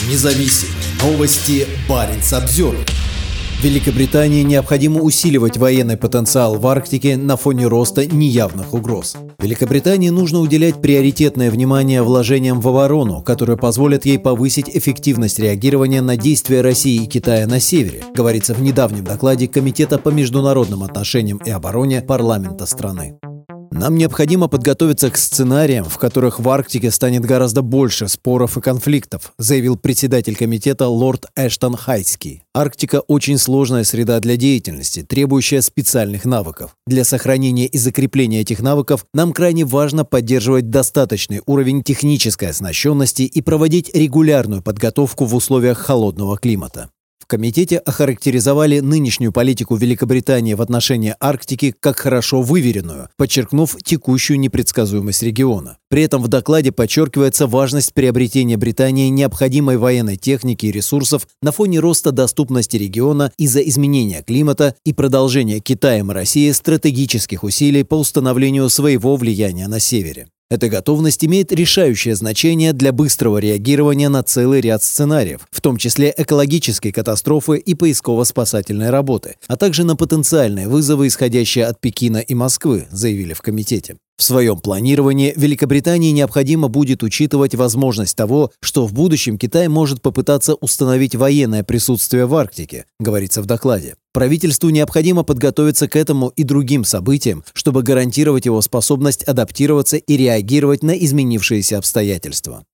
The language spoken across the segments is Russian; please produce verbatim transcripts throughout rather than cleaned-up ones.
Независимые новости. Баренц-Обзервер. Великобритании необходимо усиливать военный потенциал в Арктике на фоне роста неявных угроз. Великобритании нужно уделять приоритетное внимание вложениям в оборону, которые позволят ей повысить эффективность реагирования на действия России и Китая на севере, говорится в недавнем докладе Комитета по международным отношениям и обороне парламента страны. Нам необходимо подготовиться к сценариям, в которых в Арктике станет гораздо больше споров и конфликтов, заявил председатель комитета лорд Эштон Хайский. Арктика – очень сложная среда для деятельности, требующая специальных навыков. Для сохранения и закрепления этих навыков нам крайне важно поддерживать достаточный уровень технической оснащенности и проводить регулярную подготовку в условиях холодного климата. В комитете охарактеризовали нынешнюю политику Великобритании в отношении Арктики как хорошо выверенную, подчеркнув текущую непредсказуемость региона. При этом в докладе подчеркивается важность приобретения Британии необходимой военной техники и ресурсов на фоне роста доступности региона из-за изменения климата и продолжения Китаем и Россией стратегических усилий по установлению своего влияния на севере. Эта готовность имеет решающее значение для быстрого реагирования на целый ряд сценариев, в том числе экологические катастрофы и поисково-спасательной работы, а также на потенциальные вызовы, исходящие от Пекина и Москвы, заявили в комитете. В своем планировании Великобритании необходимо будет учитывать возможность того, что в будущем Китай может попытаться установить военное присутствие в Арктике, говорится в докладе. Правительству необходимо подготовиться к этому и другим событиям, чтобы гарантировать его способность адаптироваться и реагировать на изменившиеся обстоятельства.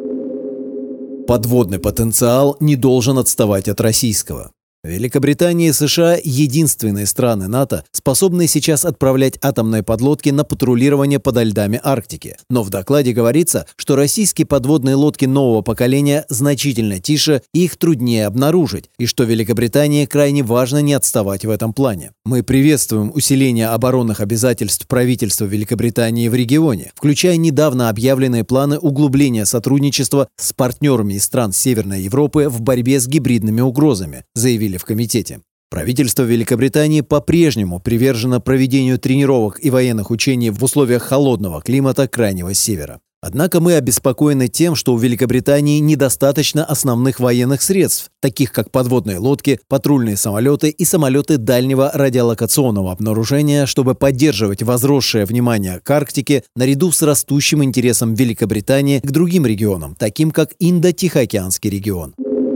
Подводный потенциал не должен отставать от российского. Великобритания и США – единственные страны НАТО, способные сейчас отправлять атомные подлодки на патрулирование подо льдами Арктики. Но в докладе говорится, что российские подводные лодки нового поколения значительно тише и их труднее обнаружить, и что Великобритании крайне важно не отставать в этом плане. Мы приветствуем усиление оборонных обязательств правительства Великобритании в регионе, включая недавно объявленные планы углубления сотрудничества с партнерами из стран Северной Европы в борьбе с гибридными угрозами, заявили в комитете. Правительство Великобритании по-прежнему привержено проведению тренировок и военных учений в условиях холодного климата Крайнего Севера. Однако мы обеспокоены тем, что у Великобритании недостаточно основных военных средств, таких как подводные лодки, патрульные самолеты и самолеты дальнего радиолокационного обнаружения, чтобы поддерживать возросшее внимание к Арктике наряду с растущим интересом Великобритании к другим регионам, таким как Индо-Тихоокеанский регион.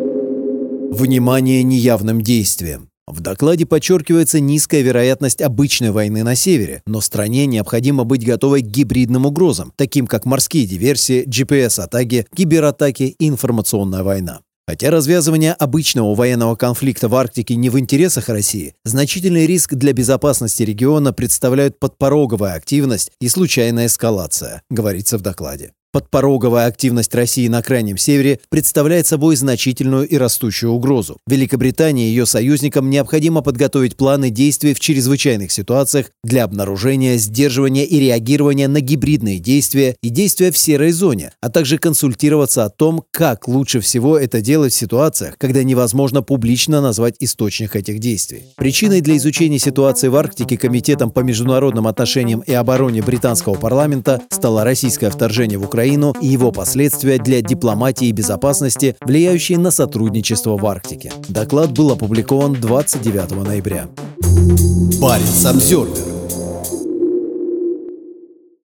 Внимание неявным действиям. В докладе подчеркивается низкая вероятность обычной войны на севере, но стране необходимо быть готовой к гибридным угрозам, таким как морские диверсии, джи пи эс-атаки, кибератаки и информационная война. Хотя развязывание обычного военного конфликта в Арктике не в интересах России, значительный риск для безопасности региона представляют подпороговая активность и случайная эскалация, говорится в докладе. Подпороговая активность России на Крайнем Севере представляет собой значительную и растущую угрозу. Великобритании и ее союзникам необходимо подготовить планы действий в чрезвычайных ситуациях для обнаружения, сдерживания и реагирования на гибридные действия и действия в серой зоне, а также консультироваться о том, как лучше всего это делать в ситуациях, когда невозможно публично назвать источник этих действий. Причиной для изучения ситуации в Арктике Комитетом по международным отношениям и обороне британского парламента стало российское вторжение в Украину и его последствия для дипломатии и безопасности, влияющие на сотрудничество в Арктике. Доклад был опубликован двадцать девятого ноября. Баренц-Обзервер.